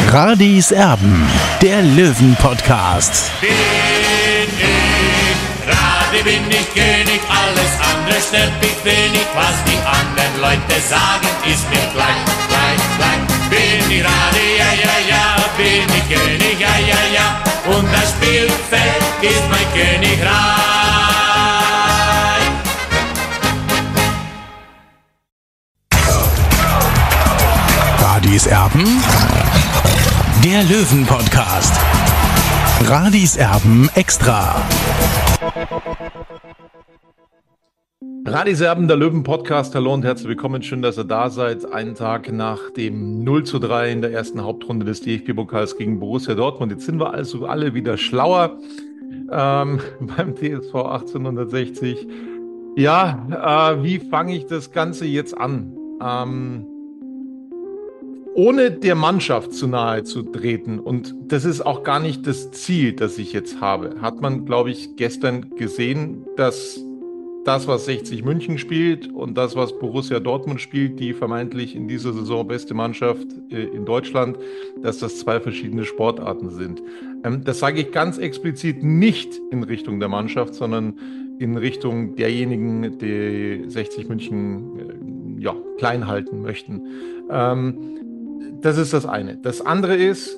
Radis Erben, der Löwen-Podcast. Bin ich König, alles andere stört mich wenig. Was die anderen Leute sagen, ist mir gleich. Bin ich Radi, ja, bin ich König, ja. Und das Spielfeld ist mein Königreich. Radis Erben, der Löwen-Podcast. Radis Erben extra. Radis Erben, der Löwen-Podcast. Hallo und herzlich willkommen. Schön, dass ihr da seid. Einen Tag nach dem 0:3 in der ersten Hauptrunde des DFB-Pokals gegen Borussia Dortmund. Jetzt sind wir also alle wieder schlauer beim TSV 1860. Ja, wie fange ich das Ganze jetzt an? Ohne der Mannschaft zu nahe zu treten, und das ist auch gar nicht das Ziel, das ich jetzt habe, hat man, glaube ich, gestern gesehen, dass das, was 60 München spielt und das, was Borussia Dortmund spielt, die vermeintlich in dieser Saison beste Mannschaft in Deutschland, dass das zwei verschiedene Sportarten sind. Das sage ich ganz explizit nicht in Richtung der Mannschaft, sondern in Richtung derjenigen, die 60 München klein halten möchten. Das ist das eine. Das andere ist,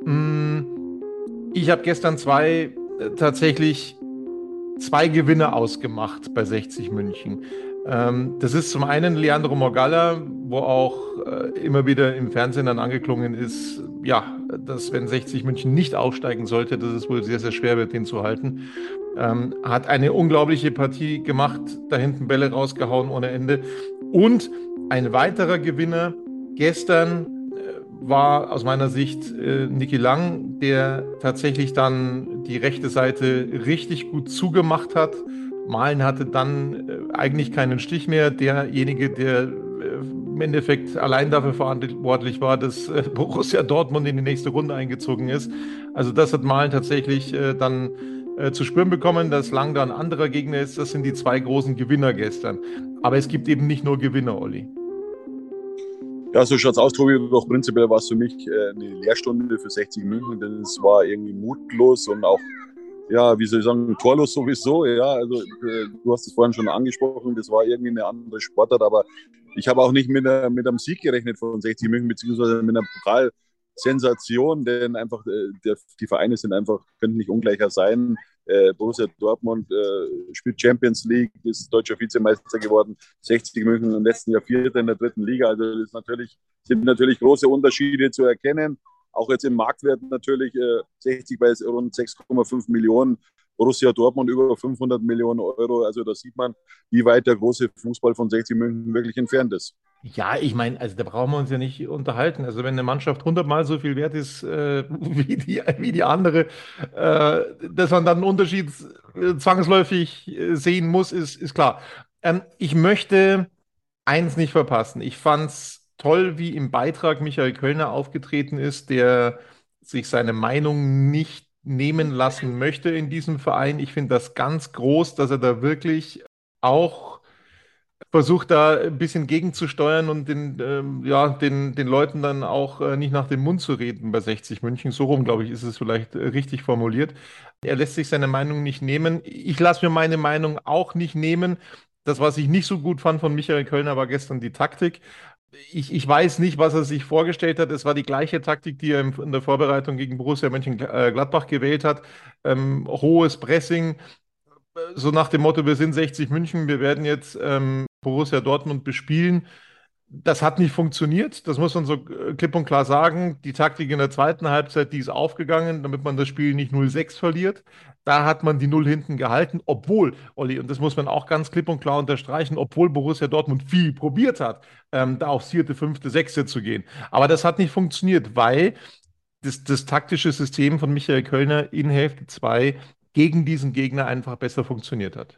ich habe gestern tatsächlich zwei Gewinner ausgemacht bei 60 München. Das ist zum einen Leandro Morgalla, wo auch immer wieder im Fernsehen dann angeklungen ist, dass wenn 60 München nicht aufsteigen sollte, dass es wohl sehr, sehr schwer wird, den zu halten. Hat eine unglaubliche Partie gemacht, da hinten Bälle rausgehauen ohne Ende. Und ein weiterer Gewinner gestern war aus meiner Sicht Niki Lang, der tatsächlich dann die rechte Seite richtig gut zugemacht hat. Malen hatte dann eigentlich keinen Stich mehr. Derjenige, der im Endeffekt allein dafür verantwortlich war, dass Borussia Dortmund in die nächste Runde eingezogen ist. Also das hat Malen tatsächlich dann zu spüren bekommen, dass Lang da ein anderer Gegner ist. Das sind die zwei großen Gewinner gestern. Aber es gibt eben nicht nur Gewinner, Olli. Ja, so schaut's aus, Tobi. Doch prinzipiell war es für mich eine Lehrstunde für 60 München, denn es war irgendwie mutlos und auch, wie soll ich sagen, torlos sowieso. Ja, also du hast es vorhin schon angesprochen, das war irgendwie eine andere Sportart, aber ich habe auch nicht mit einem Sieg gerechnet von 60 München, beziehungsweise mit einer Pokalsensation, denn einfach die Vereine könnten nicht ungleicher sein. Borussia Dortmund spielt Champions League, ist deutscher Vizemeister geworden, 60 München im letzten Jahr Vierter in der dritten Liga. Also das sind natürlich große Unterschiede zu erkennen. Auch jetzt im Marktwert natürlich 60 bei rund 6,5 Millionen, Borussia Dortmund über 500 Millionen Euro. Also da sieht man, wie weit der große Fußball von 60 München wirklich entfernt ist. Ja, ich meine, also da brauchen wir uns ja nicht unterhalten. Also wenn eine Mannschaft 100-mal so viel wert ist wie die andere, dass man dann einen Unterschied zwangsläufig sehen muss, ist klar. Ich möchte eins nicht verpassen. Ich fand es toll, wie im Beitrag Michael Kölner aufgetreten ist, der sich seine Meinung nicht nehmen lassen möchte in diesem Verein. Ich finde das ganz groß, dass er da wirklich auch versucht, da ein bisschen gegenzusteuern und den Leuten dann auch nicht nach dem Mund zu reden bei 60 München. So rum, glaube ich, ist es vielleicht richtig formuliert. Er lässt sich seine Meinung nicht nehmen. Ich lasse mir meine Meinung auch nicht nehmen. Das, was ich nicht so gut fand von Michael Kölner, war gestern die Taktik. Ich weiß nicht, was er sich vorgestellt hat. Es war die gleiche Taktik, die er in der Vorbereitung gegen Borussia Mönchengladbach gewählt hat. Hohes Pressing, so nach dem Motto, wir sind 60 München, wir werden jetzt Borussia Dortmund bespielen. Das hat nicht funktioniert, das muss man so klipp und klar sagen. Die Taktik in der zweiten Halbzeit, die ist aufgegangen, damit man das Spiel nicht 0:6 verliert. Da hat man die 0 hinten gehalten, obwohl, Olli, und das muss man auch ganz klipp und klar unterstreichen, obwohl Borussia Dortmund viel probiert hat, da aufs 4., 5., 6. zu gehen. Aber das hat nicht funktioniert, weil das taktische System von Michael Kölner in Hälfte 2 gegen diesen Gegner einfach besser funktioniert hat.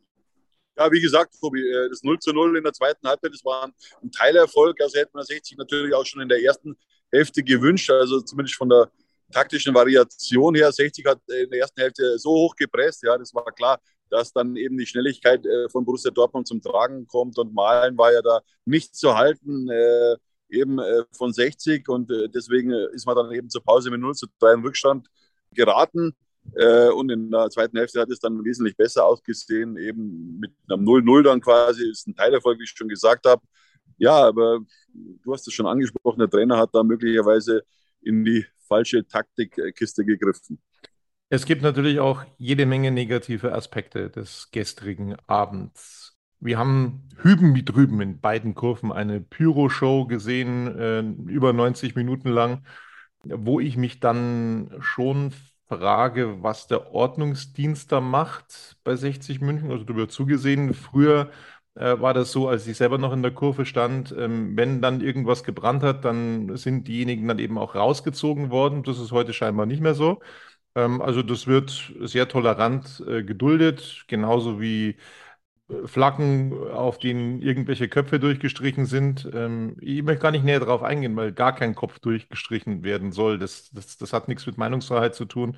Ja, wie gesagt, Tobi, das 0:0 in der zweiten Halbzeit, das war ein Teilerfolg. Also hätte man 60 natürlich auch schon in der ersten Hälfte gewünscht, also zumindest von der taktischen Variation her. 60 hat in der ersten Hälfte so hoch gepresst, ja, das war klar, dass dann eben die Schnelligkeit von Borussia Dortmund zum Tragen kommt, und Malen war ja da nicht zu halten. eben von 60 und deswegen ist man dann eben zur Pause mit 0:3 in Rückstand geraten. Und in der zweiten Hälfte hat es dann wesentlich besser ausgesehen, eben mit einem 0:0 dann quasi, ist ein Teilerfolg, wie ich schon gesagt habe. Ja, aber du hast es schon angesprochen, der Trainer hat da möglicherweise in die falsche Taktikkiste gegriffen. Es gibt natürlich auch jede Menge negative Aspekte des gestrigen Abends. Wir haben hüben wie drüben in beiden Kurven eine Pyro-Show gesehen, über 90 Minuten lang, wo ich mich dann schon frage, was der Ordnungsdienst da macht bei 60 München. Also darüber zugesehen, früher war das so, als ich selber noch in der Kurve stand, wenn dann irgendwas gebrannt hat, dann sind diejenigen dann eben auch rausgezogen worden. Das ist heute scheinbar nicht mehr so. Also das wird sehr tolerant geduldet, genauso wie Flaggen, auf denen irgendwelche Köpfe durchgestrichen sind. Ich möchte gar nicht näher darauf eingehen, weil gar kein Kopf durchgestrichen werden soll. Das hat nichts mit Meinungsfreiheit zu tun.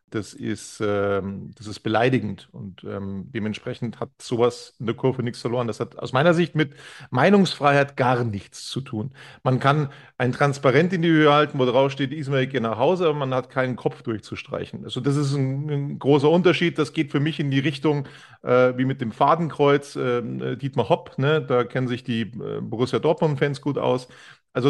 Das ist beleidigend und dementsprechend hat sowas in der Kurve nichts verloren. Das hat aus meiner Sicht mit Meinungsfreiheit gar nichts zu tun. Man kann ein Transparent in die Höhe halten, wo drauf steht, Ismail, geh nach Hause, aber man hat keinen Kopf durchzustreichen. Also das ist ein großer Unterschied. Das geht für mich in die Richtung wie mit dem Fadenkreuz, Dietmar Hopp, ne? Da kennen sich die Borussia Dortmund-Fans gut aus. Also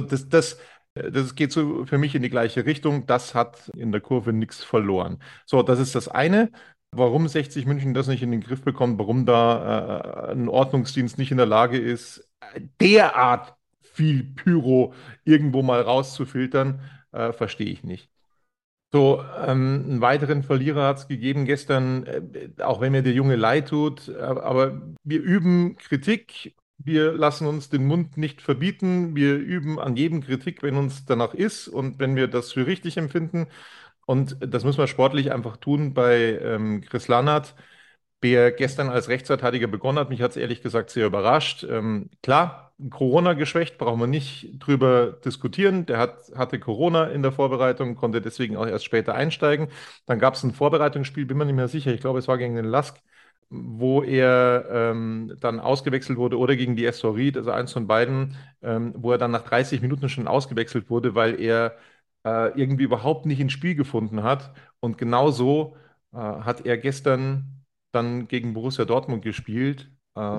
das geht so für mich in die gleiche Richtung. Das hat in der Kurve nichts verloren. So, das ist das eine. Warum 60 München das nicht in den Griff bekommt, warum da ein Ordnungsdienst nicht in der Lage ist, derart viel Pyro irgendwo mal rauszufiltern, verstehe ich nicht. So, einen weiteren Verlierer hat es gegeben gestern, auch wenn mir der Junge leid tut, aber wir üben Kritik, wir lassen uns den Mund nicht verbieten, wir üben an jedem Kritik, wenn uns danach ist und wenn wir das für richtig empfinden. Und das müssen wir sportlich einfach tun bei Chris Lannert, der gestern als Rechtsverteidiger begonnen hat. Mich hat es ehrlich gesagt sehr überrascht. Klar, Corona geschwächt, brauchen wir nicht drüber diskutieren. Hatte Corona in der Vorbereitung, konnte deswegen auch erst später einsteigen. Dann gab es ein Vorbereitungsspiel, bin mir nicht mehr sicher. Ich glaube, es war gegen den LASK, wo er dann ausgewechselt wurde oder gegen die SV Ried, also eins von beiden, wo er dann nach 30 Minuten schon ausgewechselt wurde, weil er irgendwie überhaupt nicht ins Spiel gefunden hat. Und genau so hat er gestern dann gegen Borussia Dortmund gespielt.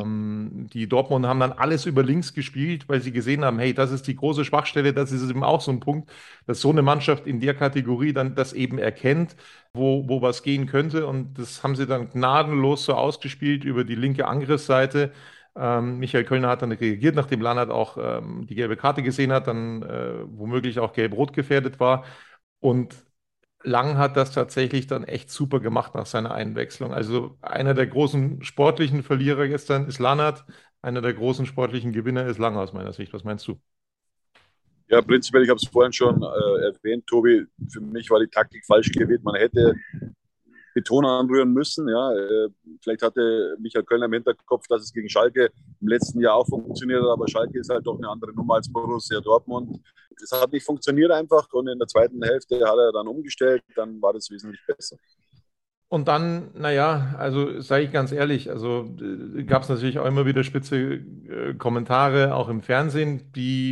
Die Dortmunder haben dann alles über links gespielt, weil sie gesehen haben, hey, das ist die große Schwachstelle, das ist eben auch so ein Punkt, dass so eine Mannschaft in der Kategorie dann das eben erkennt, wo was gehen könnte. Und das haben sie dann gnadenlos so ausgespielt über die linke Angriffsseite. Michael Kölner hat dann reagiert, nachdem Lannert auch die gelbe Karte gesehen hat, dann womöglich auch gelb-rot gefährdet war. Und Lang hat das tatsächlich dann echt super gemacht nach seiner Einwechslung. Also einer der großen sportlichen Verlierer gestern ist Lannert, einer der großen sportlichen Gewinner ist Lang aus meiner Sicht. Was meinst du? Ja, prinzipiell, ich habe es vorhin schon erwähnt, Tobi, für mich war die Taktik falsch gewählt. Man hätte Betoner anrühren müssen. Ja. Vielleicht hatte Michael Kölner im Hinterkopf, dass es gegen Schalke im letzten Jahr auch funktioniert hat, aber Schalke ist halt doch eine andere Nummer als Borussia Dortmund. Es hat nicht funktioniert einfach und in der zweiten Hälfte hat er dann umgestellt, dann war das wesentlich besser. Und dann, naja, also sage ich ganz ehrlich, also gab es natürlich auch immer wieder spitze Kommentare, auch im Fernsehen,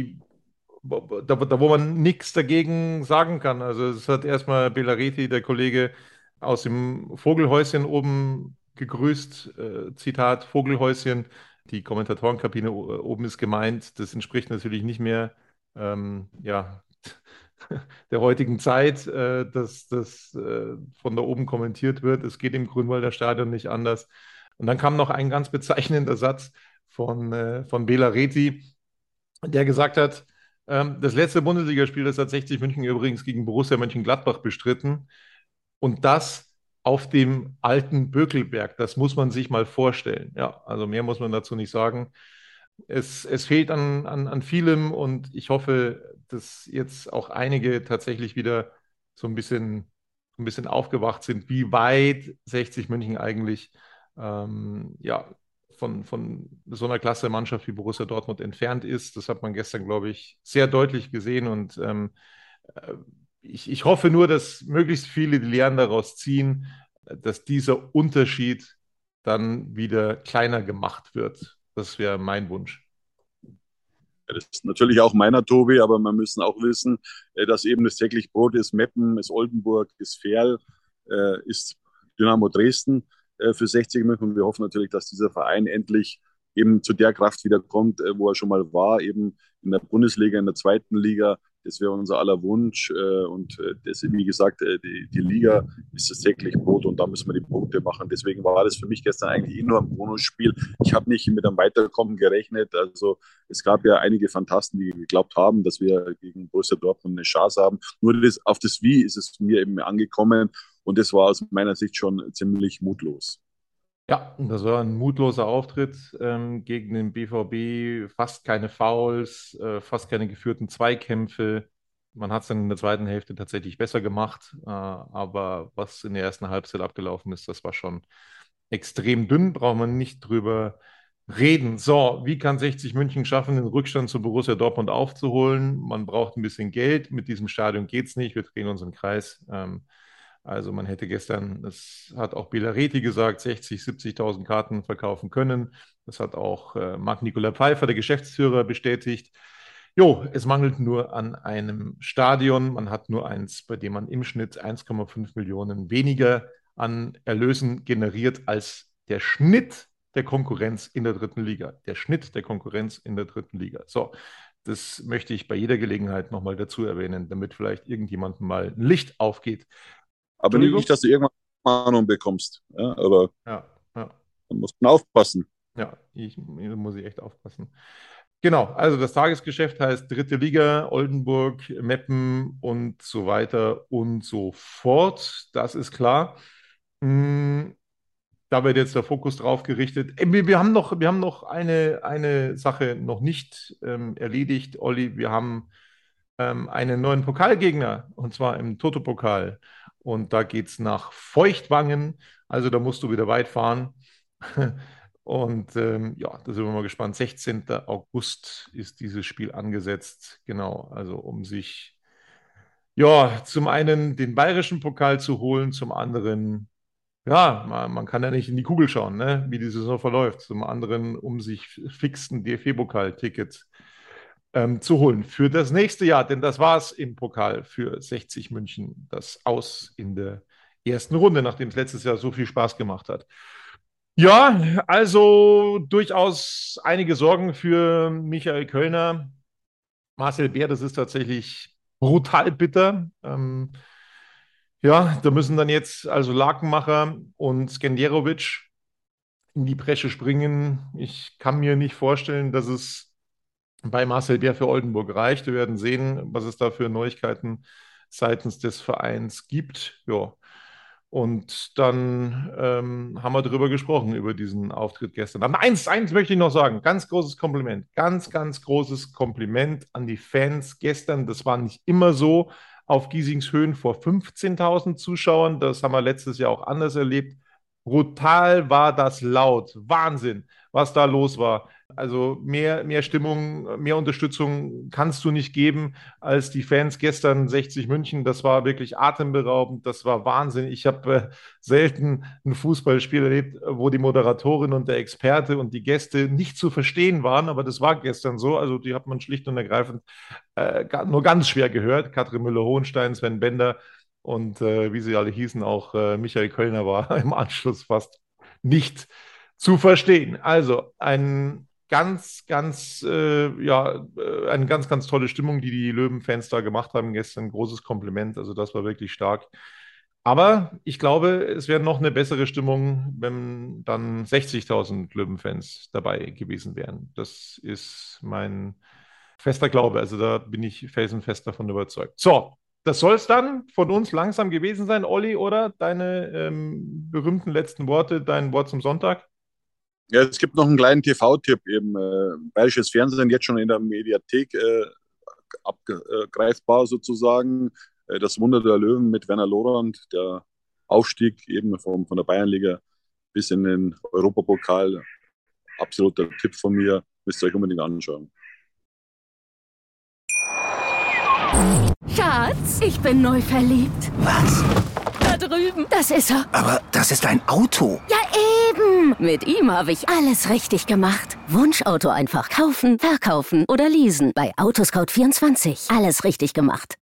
wo man nichts dagegen sagen kann. Also es hat erstmal Belareti, der Kollege, aus dem Vogelhäuschen oben gegrüßt. Zitat, Vogelhäuschen. Die Kommentatorenkabine oben ist gemeint. Das entspricht natürlich nicht mehr ja, der heutigen Zeit, dass das von da oben kommentiert wird. Es geht im Grünwalder Stadion nicht anders. Und dann kam noch ein ganz bezeichnender Satz von Belareti, der gesagt hat, das letzte Bundesligaspiel, das hat 60 München übrigens gegen Borussia Mönchengladbach bestritten. Und das auf dem alten Bökelberg. Das muss man sich mal vorstellen. Ja, also mehr muss man dazu nicht sagen. Es fehlt an vielem und ich hoffe, dass jetzt auch einige tatsächlich wieder so ein bisschen aufgewacht sind, wie weit 60 München eigentlich ja, von so einer klasse Mannschaft wie Borussia Dortmund entfernt ist. Das hat man gestern, glaube ich, sehr deutlich gesehen und ich hoffe nur, dass möglichst viele die Lehren daraus ziehen, dass dieser Unterschied dann wieder kleiner gemacht wird. Das wäre mein Wunsch. Das ist natürlich auch meiner, Tobi, aber wir müssen auch wissen, dass eben das tägliche Brot ist Meppen, ist Oldenburg, ist Verl, ist Dynamo Dresden für 60 München. Und wir hoffen natürlich, dass dieser Verein endlich eben zu der Kraft wiederkommt, wo er schon mal war, eben in der Bundesliga, in der zweiten Liga. Das wäre unser aller Wunsch. Und das, wie gesagt, die Liga ist das tägliche Brot und da müssen wir die Punkte machen. Deswegen war das für mich gestern eigentlich nur ein Bonusspiel. Ich habe nicht mit einem Weiterkommen gerechnet. Also es gab ja einige Phantasten, die geglaubt haben, dass wir gegen Borussia Dortmund eine Chance haben. Nur auf das Wie ist es mir eben angekommen und das war aus meiner Sicht schon ziemlich mutlos. Ja, das war ein mutloser Auftritt gegen den BVB. Fast keine Fouls, fast keine geführten Zweikämpfe. Man hat es dann in der zweiten Hälfte tatsächlich besser gemacht. Aber was in der ersten Halbzeit abgelaufen ist, das war schon extrem dünn. Braucht man nicht drüber reden. So, wie kann 60 München schaffen, den Rückstand zu Borussia Dortmund aufzuholen? Man braucht ein bisschen Geld. Mit diesem Stadion geht es nicht. Wir drehen uns im Kreis. Also man hätte gestern, das hat auch Belareti gesagt, 60.000, 70.000 Karten verkaufen können. Das hat auch Marc-Nicolas Pfeiffer, der Geschäftsführer, bestätigt. Jo, es mangelt nur an einem Stadion. Man hat nur eins, bei dem man im Schnitt 1,5 Millionen weniger an Erlösen generiert als der Schnitt der Konkurrenz in der dritten Liga. Der Schnitt der Konkurrenz in der dritten Liga. So, das möchte ich bei jeder Gelegenheit nochmal dazu erwähnen, damit vielleicht irgendjemandem mal ein Licht aufgeht. Aber nicht, dass du irgendwann Ahnung bekommst. Ja, aber ja. Da muss man aufpassen. Ja, muss ich echt aufpassen. Genau, also das Tagesgeschäft heißt dritte Liga, Oldenburg, Meppen und so weiter und so fort. Das ist klar. Da wird jetzt der Fokus drauf gerichtet. Wir haben noch eine Sache noch nicht erledigt, Olli. Wir haben einen neuen Pokalgegner, und zwar im Toto-Pokal. Und da geht es nach Feuchtwangen. Also da musst du wieder weit fahren. Und ja, da sind wir mal gespannt. 16. August ist dieses Spiel angesetzt. Genau, also um sich ja zum einen den bayerischen Pokal zu holen, zum anderen, ja, man kann ja nicht in die Kugel schauen, ne, wie die Saison verläuft. Zum anderen, um sich fix ein DFB-Pokal-Ticket zu holen für das nächste Jahr, denn das war es im Pokal für 60 München, das Aus in der ersten Runde, nachdem es letztes Jahr so viel Spaß gemacht hat. Ja, also durchaus einige Sorgen für Michael Kölner. Marcel Bär, das ist tatsächlich brutal bitter. Ja, da müssen dann jetzt also Lakenmacher und Skenderovic in die Bresche springen. Ich kann mir nicht vorstellen, dass es bei Marcel Bär für Oldenburg reicht. Wir werden sehen, was es da für Neuigkeiten seitens des Vereins gibt. Ja. Und dann haben wir darüber gesprochen, über diesen Auftritt gestern. Aber eins möchte ich noch sagen, ganz großes Kompliment, ganz großes Kompliment an die Fans gestern. Das war nicht immer so auf Giesingshöhen vor 15.000 Zuschauern. Das haben wir letztes Jahr auch anders erlebt. Brutal war das laut. Wahnsinn, was da los war. Also mehr Stimmung, mehr Unterstützung kannst du nicht geben als die Fans gestern 60 München. Das war wirklich atemberaubend, das war Wahnsinn. Ich habe selten ein Fußballspiel erlebt, wo die Moderatorin und der Experte und die Gäste nicht zu verstehen waren, aber das war gestern so. Also die hat man schlicht und ergreifend nur ganz schwer gehört. Katrin Müller-Hohenstein, Sven Bender und wie sie alle hießen, auch Michael Kölner war im Anschluss fast nicht zu verstehen. Also eine ganz tolle Stimmung, die Löwen-Fans da gemacht haben gestern. Großes Kompliment, also das war wirklich stark. Aber ich glaube, es wäre noch eine bessere Stimmung, wenn dann 60.000 Löwen-Fans dabei gewesen wären. Das ist mein fester Glaube. Also da bin ich felsenfest davon überzeugt. So, das soll es dann von uns langsam gewesen sein, Olli, oder? Deine berühmten letzten Worte, dein Wort zum Sonntag? Ja, es gibt noch einen kleinen TV-Tipp, eben bayerisches Fernsehen jetzt schon in der Mediathek abgreifbar sozusagen. Das Wunder der Löwen mit Werner Lorand, der Aufstieg eben von der Bayernliga bis in den Europapokal. Absoluter Tipp von mir, müsst ihr euch unbedingt anschauen. Schatz, ich bin neu verliebt. Was? Da drüben. Das ist er. Aber das ist ein Auto. Ja, eben. Mit ihm habe ich alles richtig gemacht. Wunschauto einfach kaufen, verkaufen oder leasen. Bei Autoscout24. Alles richtig gemacht.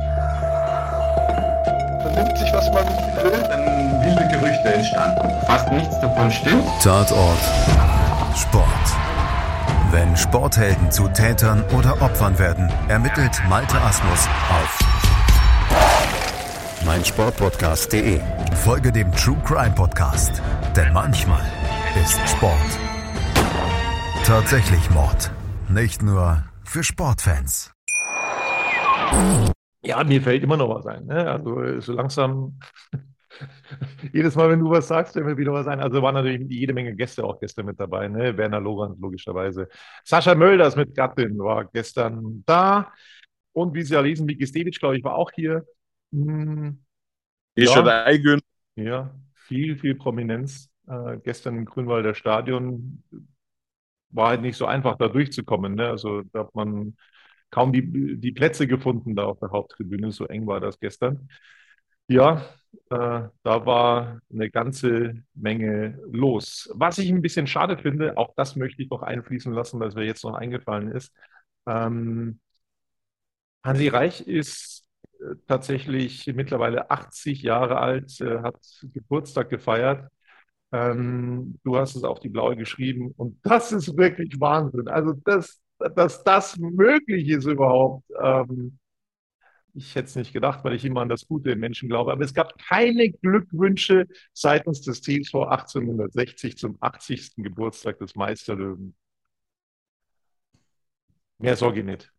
Man nimmt sich, was man will, dann wilde Gerüchte entstanden. Fast nichts davon stimmt. Tatort Sport. Wenn Sporthelden zu Tätern oder Opfern werden, ermittelt Malte Asmus auf meinsportpodcast.de. Folge dem True Crime Podcast, denn manchmal ist Sport tatsächlich Mord. Nicht nur für Sportfans. Ja, mir fällt immer noch was ein. Ne? Also so langsam, jedes Mal, wenn du was sagst, fällt mir wieder was ein. Also waren natürlich jede Menge Gäste auch gestern mit dabei. Ne? Werner Lorand logischerweise. Sascha Mölders mit Gattin war gestern da. Und wie Sie ja lesen, Miki Stevic, glaube ich, war auch hier. Ist schon der Eigün. Ja, viel Prominenz. Gestern im Grünwalder Stadion war halt nicht so einfach, da durchzukommen. Ne? Also da hat man kaum die Plätze gefunden da auf der Haupttribüne. So eng war das gestern. Ja, da war eine ganze Menge los. Was ich ein bisschen schade finde, auch das möchte ich noch einfließen lassen, weil es mir jetzt noch eingefallen ist. Hansi Reich ist tatsächlich mittlerweile 80 Jahre alt, hat Geburtstag gefeiert. Du hast es auf die Blaue geschrieben und das ist wirklich Wahnsinn. Also, dass das möglich ist überhaupt. Ich hätte es nicht gedacht, weil ich immer an das Gute im Menschen glaube. Aber es gab keine Glückwünsche seitens des TSV 1860 zum 80. Geburtstag des Meisterlöwen. Mehr sage ich nicht.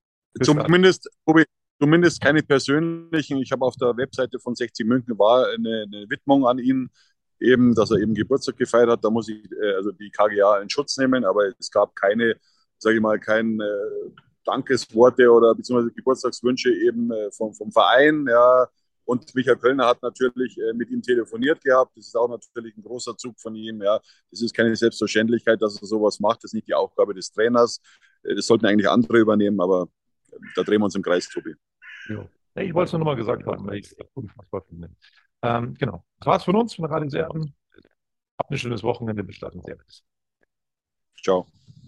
Zumindest keine persönlichen. Ich habe auf der Webseite von 60 München war eine Widmung an ihn, eben, dass er eben Geburtstag gefeiert hat. Da muss ich also die KGA in Schutz nehmen, aber es gab keine, sage ich mal, Dankesworte oder beziehungsweise Geburtstagswünsche eben vom Verein. Ja. Und Michael Kölner hat natürlich mit ihm telefoniert gehabt. Das ist auch natürlich ein großer Zug von ihm. Ja. Das ist keine Selbstverständlichkeit, dass er sowas macht. Das ist nicht die Aufgabe des Trainers. Das sollten eigentlich andere übernehmen, aber da drehen wir uns im Kreis, Tobi. Ja. Ich wollte es nur nochmal gesagt haben, weil ich es unfassbar finde. Genau. Das war's von uns, von Radio Erben. Habt ein schönes Wochenende. Bis dann. Servus. Ciao.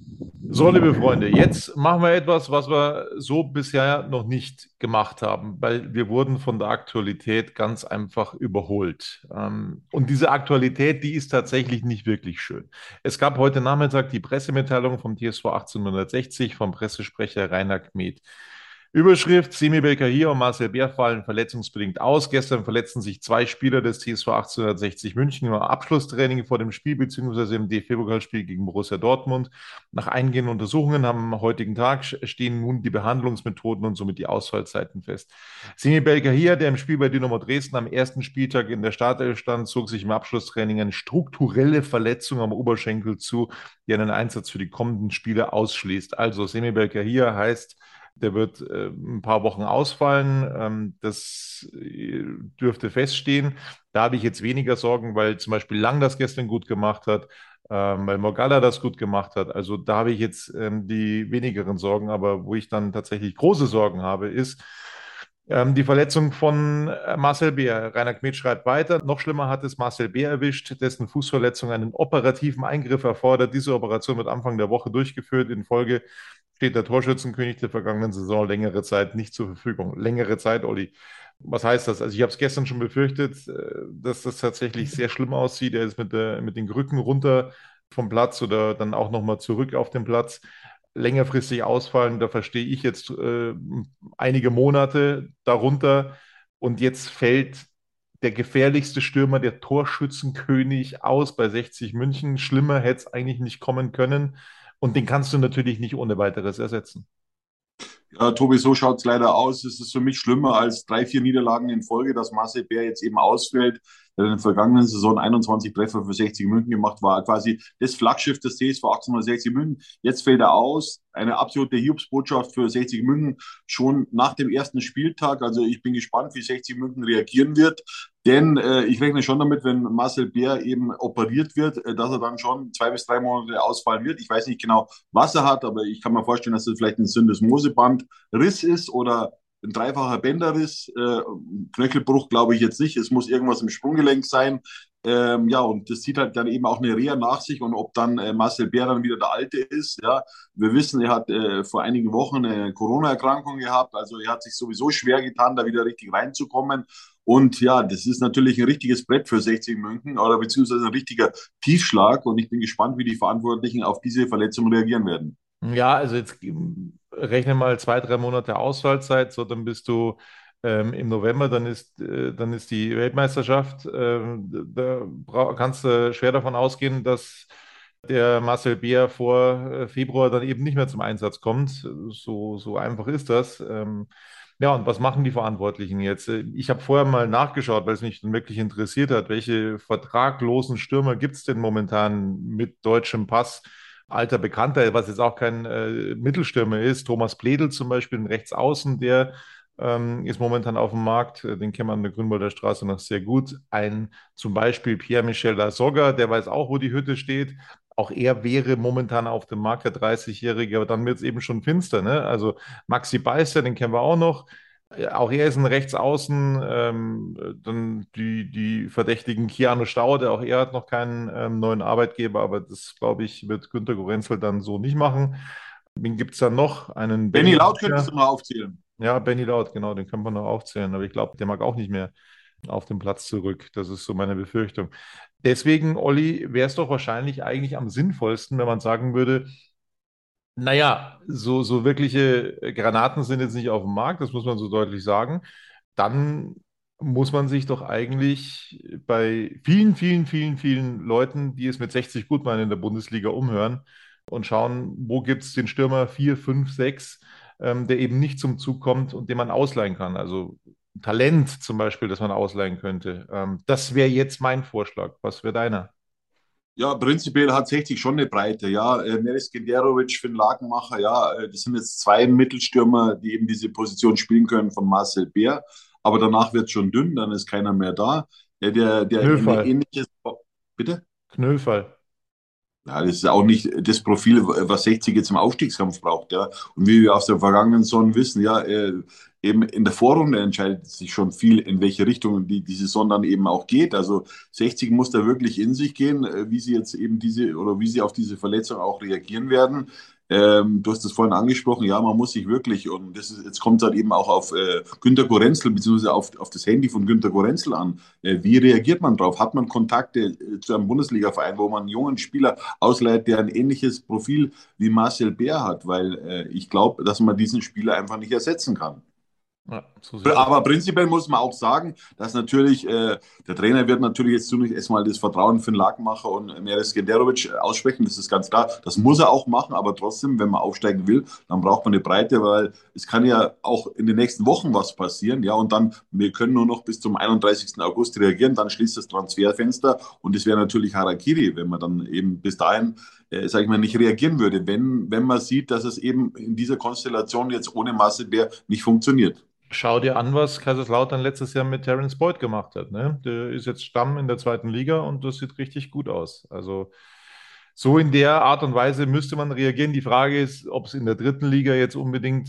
So, liebe Freunde, jetzt machen wir etwas, was wir so bisher noch nicht gemacht haben, weil wir wurden von der Aktualität ganz einfach überholt. Und diese Aktualität, die ist tatsächlich nicht wirklich schön. Es gab heute Nachmittag die Pressemitteilung vom TSV 1860 vom Pressesprecher Rainer Kmet. Überschrift: Semi Belkacem und Marcel Bär fallen verletzungsbedingt aus. Gestern verletzten sich 2 Spieler des TSV 1860 München im Abschlusstraining vor dem Spiel bzw. im DFB-Pokalspiel gegen Borussia Dortmund. Nach eingehenden Untersuchungen am heutigen Tag stehen nun die Behandlungsmethoden und somit die Ausfallzeiten fest. Semi Belkacem, der im Spiel bei Dynamo Dresden am ersten Spieltag in der Startelf stand, zog sich im Abschlusstraining eine strukturelle Verletzung am Oberschenkel zu, die einen Einsatz für die kommenden Spiele ausschließt. Also Semi Belkacem heißt, der wird ein paar Wochen ausfallen. Das dürfte feststehen. Da habe ich jetzt weniger Sorgen, weil zum Beispiel Lang das gestern gut gemacht hat, weil Morgalla das gut gemacht hat. Also da habe ich jetzt die wenigeren Sorgen. Aber wo ich dann tatsächlich große Sorgen habe, ist die Verletzung von Marcel Bär. Rainer Kmet schreibt weiter: Noch schlimmer hat es Marcel Bär erwischt, dessen Fußverletzung einen operativen Eingriff erfordert. Diese Operation wird Anfang der Woche durchgeführt. In Folge steht der Torschützenkönig der vergangenen Saison längere Zeit nicht zur Verfügung. Längere Zeit, Olli. Was heißt das? Also ich habe es gestern schon befürchtet, dass das tatsächlich sehr schlimm aussieht. Er ist mit den Rücken runter vom Platz oder dann auch nochmal zurück auf den Platz. Längerfristig ausfallen, da verstehe ich jetzt einige Monate darunter. Und jetzt fällt der gefährlichste Stürmer, der Torschützenkönig, aus bei 60 München. Schlimmer hätte es eigentlich nicht kommen können. Und den kannst du natürlich nicht ohne weiteres ersetzen. Ja, Tobi, so schaut es leider aus. Es ist für mich schlimmer als 3, 4 Niederlagen in Folge, dass Marcel Bär jetzt eben ausfällt. Der hat in der vergangenen Saison 21 Treffer für 60 München gemacht, war quasi das Flaggschiff des TSV 1860 München. Jetzt fällt er aus. Eine absolute Hiobsbotschaft für 60 München schon nach dem ersten Spieltag. Also ich bin gespannt, wie 60 München reagieren wird. Denn ich rechne schon damit, wenn Marcel Bär eben operiert wird, dass er dann schon 2 bis 3 Monate ausfallen wird. Ich weiß nicht genau, was er hat, aber ich kann mir vorstellen, dass das vielleicht ein Syndesmosebandriss ist oder ein dreifacher Bänderriss. Knöchelbruch glaube ich jetzt nicht. Es muss irgendwas im Sprunggelenk sein. Ja, und das zieht halt dann eben auch eine Reha nach sich und ob dann Marcel Bär dann wieder der Alte ist. Ja, wir wissen, er hat vor einigen Wochen eine Corona-Erkrankung gehabt, also er hat sich sowieso schwer getan, da wieder richtig reinzukommen. Und ja, das ist natürlich ein richtiges Brett für 60 München oder beziehungsweise ein richtiger Tiefschlag. Und ich bin gespannt, wie die Verantwortlichen auf diese Verletzung reagieren werden. Ja, also jetzt rechne mal 2, 3 Monate Ausfallzeit, so dann bist du im November, dann ist die Weltmeisterschaft. Kannst du schwer davon ausgehen, dass der Marcel Beer vor Februar dann eben nicht mehr zum Einsatz kommt. So einfach ist das. Ja, und was machen die Verantwortlichen jetzt? Ich habe vorher mal nachgeschaut, weil es mich dann wirklich interessiert hat, welche vertraglosen Stürmer gibt es denn momentan mit deutschem Pass? Alter Bekannter, was jetzt auch kein Mittelstürmer ist. Thomas Pledl zum Beispiel, ein Rechtsaußen, der ist momentan auf dem Markt. Den kennt man an der Grünwalder Straße noch sehr gut. Ein zum Beispiel Pierre-Michel Lasogga, der weiß auch, wo die Hütte steht. Auch er wäre momentan auf dem Markt, der 30-Jährige, aber dann wird es eben schon finster. Ne? Also Maxi Beister, den kennen wir auch noch. Ja, auch er ist ein Rechtsaußen. Dann die Verdächtigen Keanu Staude, auch er hat noch keinen neuen Arbeitgeber, aber das, glaube ich, wird Günter Gorenzel dann so nicht machen. Wen gibt es dann noch? Einen Benny Benny Laut könntest Mieter. du mal aufzählen. Ja, Benny Laut, genau, den können wir noch aufzählen, aber ich glaube, der mag auch nicht mehr auf den Platz zurück. Das ist so meine Befürchtung. Deswegen, Olli, wäre es doch wahrscheinlich eigentlich am sinnvollsten, wenn man sagen würde, naja, so wirkliche Granaten sind jetzt nicht auf dem Markt, das muss man so deutlich sagen. Dann muss man sich doch eigentlich bei vielen, vielen, vielen, vielen Leuten, die es mit 60 gut meinen in der Bundesliga, umhören und schauen, wo gibt es den Stürmer 4, 5, 6, der eben nicht zum Zug kommt und den man ausleihen kann. Also Talent zum Beispiel, das man ausleihen könnte. Das wäre jetzt mein Vorschlag. Was wäre deiner? Ja, prinzipiell hat 60 schon eine Breite, ja. Neres Genderovic, Finn Lakenmacher, ja, das sind jetzt zwei Mittelstürmer, die eben diese Position spielen können von Marcel Bär. Aber danach wird es schon dünn, dann ist keiner mehr da. Der eine Knöferl. ähnliches. Bitte? Knöferl. Ja, das ist auch nicht das Profil, was 60 jetzt im Aufstiegskampf braucht, ja. Und wie wir aus der vergangenen Saison wissen, ja, eben in der Vorrunde entscheidet sich schon viel, in welche Richtung die Saison dann eben auch geht. Also 60 muss da wirklich in sich gehen, wie sie jetzt eben diese oder wie sie auf diese Verletzung auch reagieren werden. Du hast das vorhin angesprochen, ja, man muss sich wirklich, und das ist, jetzt kommt es halt eben auch auf Günter Gorenzel, beziehungsweise auf das Handy von Günter Gorenzel an. Wie reagiert man drauf? Hat man Kontakte zu einem Bundesliga-Verein, wo man einen jungen Spieler ausleiht, der ein ähnliches Profil wie Marcel Bär hat? Weil ich glaube, dass man diesen Spieler einfach nicht ersetzen kann. Ja, so sieht's aus. Aber prinzipiell muss man auch sagen, dass natürlich der Trainer wird natürlich jetzt zunächst erstmal das Vertrauen für den Lakenmacher und Neres Genderovic aussprechen, das ist ganz klar. Das muss er auch machen, aber trotzdem, wenn man aufsteigen will, dann braucht man eine Breite, weil es kann ja auch in den nächsten Wochen was passieren, ja, und dann, wir können nur noch bis zum 31. August reagieren, dann schließt das Transferfenster und es wäre natürlich Harakiri, wenn man dann eben bis dahin, sage ich mal, nicht reagieren würde, wenn man sieht, dass es eben in dieser Konstellation jetzt ohne Marcel Bär nicht funktioniert. Schau dir an, was Kaiserslautern letztes Jahr mit Terence Boyd gemacht hat. Ne? Der ist jetzt Stamm in der zweiten Liga und das sieht richtig gut aus. Also so in der Art und Weise müsste man reagieren. Die Frage ist, ob es in der dritten Liga jetzt unbedingt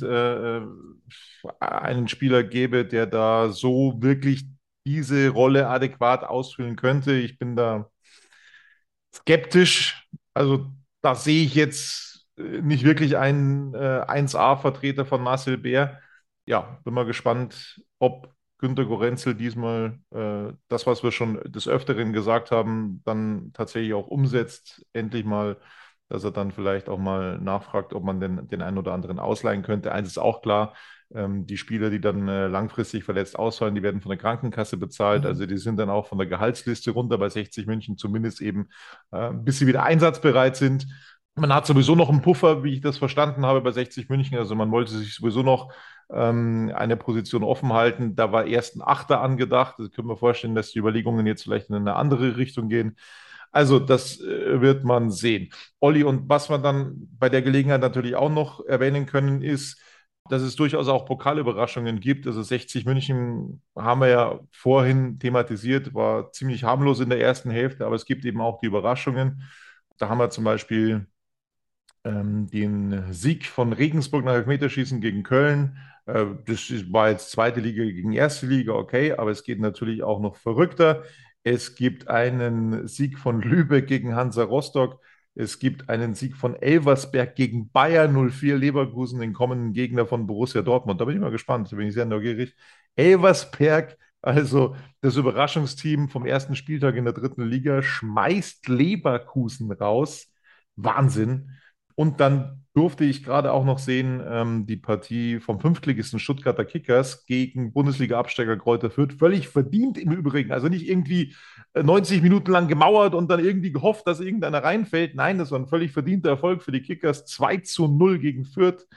einen Spieler gäbe, der da so wirklich diese Rolle adäquat ausfüllen könnte. Ich bin da skeptisch. Also da sehe ich jetzt nicht wirklich einen 1A-Vertreter von Marcel Bär. Ja, bin mal gespannt, ob Günter Gorenzel diesmal das, was wir schon des Öfteren gesagt haben, dann tatsächlich auch umsetzt. Endlich mal, dass er dann vielleicht auch mal nachfragt, ob man den einen oder anderen ausleihen könnte. Eins ist auch klar, die Spieler, die dann langfristig verletzt ausfallen, die werden von der Krankenkasse bezahlt. Also die sind dann auch von der Gehaltsliste runter bei 60 München, zumindest eben, bis sie wieder einsatzbereit sind. Man hat sowieso noch einen Puffer, wie ich das verstanden habe, bei 60 München. Also man wollte sich sowieso noch eine Position offen halten. Da war erst ein Achter angedacht. Das können wir vorstellen, dass die Überlegungen jetzt vielleicht in eine andere Richtung gehen. Also das wird man sehen. Olli, und was wir dann bei der Gelegenheit natürlich auch noch erwähnen können, ist, dass es durchaus auch Pokalüberraschungen gibt. Also 60 München haben wir ja vorhin thematisiert, war ziemlich harmlos in der ersten Hälfte, aber es gibt eben auch die Überraschungen. Da haben wir zum Beispiel den Sieg von Regensburg nach Elfmeterschießen gegen Köln. Das war jetzt zweite Liga gegen erste Liga, okay, aber es geht natürlich auch noch verrückter. Es gibt einen Sieg von Lübeck gegen Hansa Rostock. Es gibt einen Sieg von Elversberg gegen Bayer 04 Leverkusen, den kommenden Gegner von Borussia Dortmund. Da bin ich mal gespannt, da bin ich sehr neugierig. Elversberg, also das Überraschungsteam vom ersten Spieltag in der 3. Liga, schmeißt Leverkusen raus. Wahnsinn. Und dann durfte ich gerade auch noch sehen, die Partie vom Fünftligisten Stuttgarter Kickers gegen Bundesliga-Absteiger Greuther Fürth. Völlig verdient im Übrigen. Also nicht irgendwie 90 Minuten lang gemauert und dann irgendwie gehofft, dass irgendeiner reinfällt. Nein, das war ein völlig verdienter Erfolg für die Kickers. 2:0 gegen Fürth.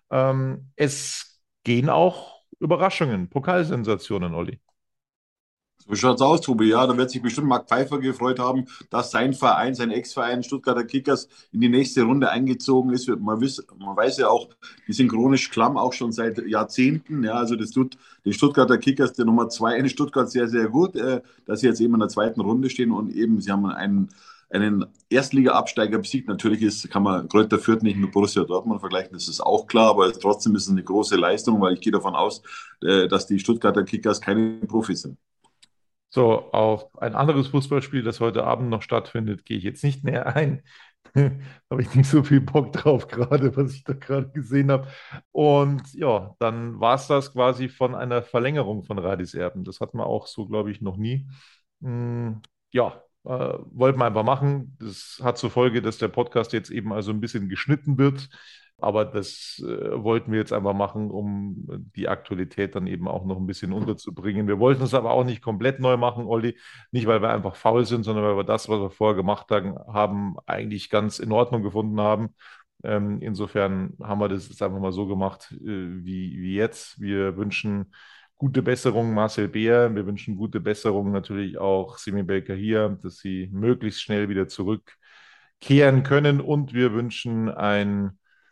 Es gehen auch Überraschungen, Pokalsensationen, Olli. So schaut's aus, Tobi. Ja, da wird sich bestimmt Marc Pfeiffer gefreut haben, dass sein Verein, sein Ex-Verein Stuttgarter Kickers in die nächste Runde eingezogen ist. Man weiß ja auch, die sind chronisch klamm, auch schon seit Jahrzehnten. Ja, also das tut den Stuttgarter Kickers, der Nummer 2 in Stuttgart, sehr, sehr gut, dass sie jetzt eben in der 2. Runde stehen und eben, sie haben einen Erstliga-Absteiger besiegt. Natürlich kann man Greuther Fürth nicht mit Borussia Dortmund vergleichen, das ist auch klar, aber trotzdem ist es eine große Leistung, weil ich gehe davon aus, dass die Stuttgarter Kickers keine Profis sind. So, auf ein anderes Fußballspiel, das heute Abend noch stattfindet, gehe ich jetzt nicht näher ein. Da habe ich nicht so viel Bock drauf gerade, was ich da gerade gesehen habe. Und ja, dann war es das quasi von einer Verlängerung von Radis Erben. Das hatten wir auch so, glaube ich, noch nie. Ja, wollten wir einfach machen. Das hat zur Folge, dass der Podcast jetzt eben also ein bisschen geschnitten wird. Aber das wollten wir jetzt einfach machen, um die Aktualität dann eben auch noch ein bisschen unterzubringen. Wir wollten es aber auch nicht komplett neu machen, Olli. Nicht, weil wir einfach faul sind, sondern weil wir das, was wir vorher gemacht haben, eigentlich ganz in Ordnung gefunden haben. Insofern haben wir das jetzt einfach mal so gemacht wie jetzt. Wir wünschen gute Besserung Marcel Beer. Wir wünschen gute Besserung natürlich auch Semi Belkahir, dass sie möglichst schnell wieder zurückkehren können. Und wir wünschen einen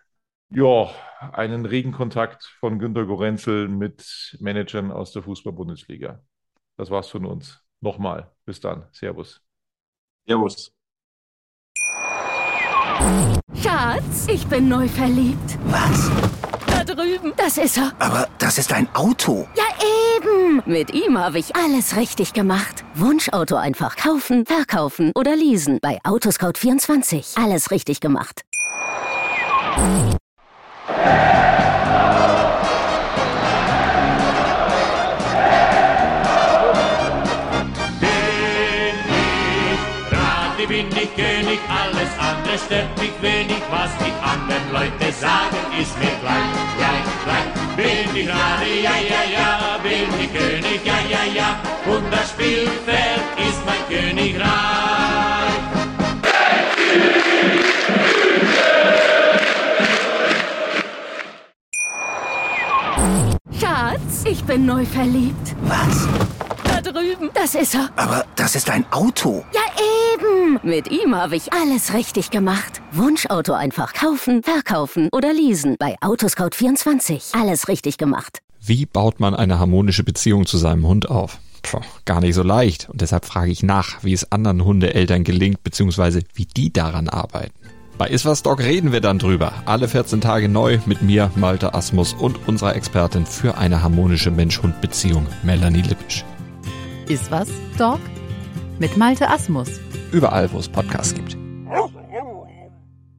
regen Kontakt von Günter Gorenzel mit Managern aus der Fußball-Bundesliga. Das war's von uns. Nochmal. Bis dann. Servus. Servus. Schatz, ich bin neu verliebt. Was? Da drüben. Das ist er. Aber das ist ein Auto. Ja, eben. Mit ihm habe ich alles richtig gemacht. Wunschauto einfach kaufen, verkaufen oder leasen. Bei Autoscout24. Alles richtig gemacht. Bin ich König, alles andere stört mich wenig, was die anderen Leute sagen, ist mir gleich. Bin ich Rade, ja, bin ich König, ja, und das Spielfeld ist mein Königreich. Schatz, ich bin neu verliebt. Was? Da drüben. Das ist er. Aber das ist ein Auto. Ja, eben. Mit ihm habe ich alles richtig gemacht. Wunschauto einfach kaufen, verkaufen oder leasen. Bei Autoscout24. Alles richtig gemacht. Wie baut man eine harmonische Beziehung zu seinem Hund auf? Gar nicht so leicht. Und deshalb frage ich nach, wie es anderen Hundeeltern gelingt, beziehungsweise wie die daran arbeiten. Bei Iswas Dog reden wir dann drüber. Alle 14 Tage neu mit mir, Malte Asmus und unserer Expertin für eine harmonische Mensch-Hund-Beziehung, Melanie Lippisch. Iswas Dog mit Malte Asmus. Überall, wo es Podcasts gibt.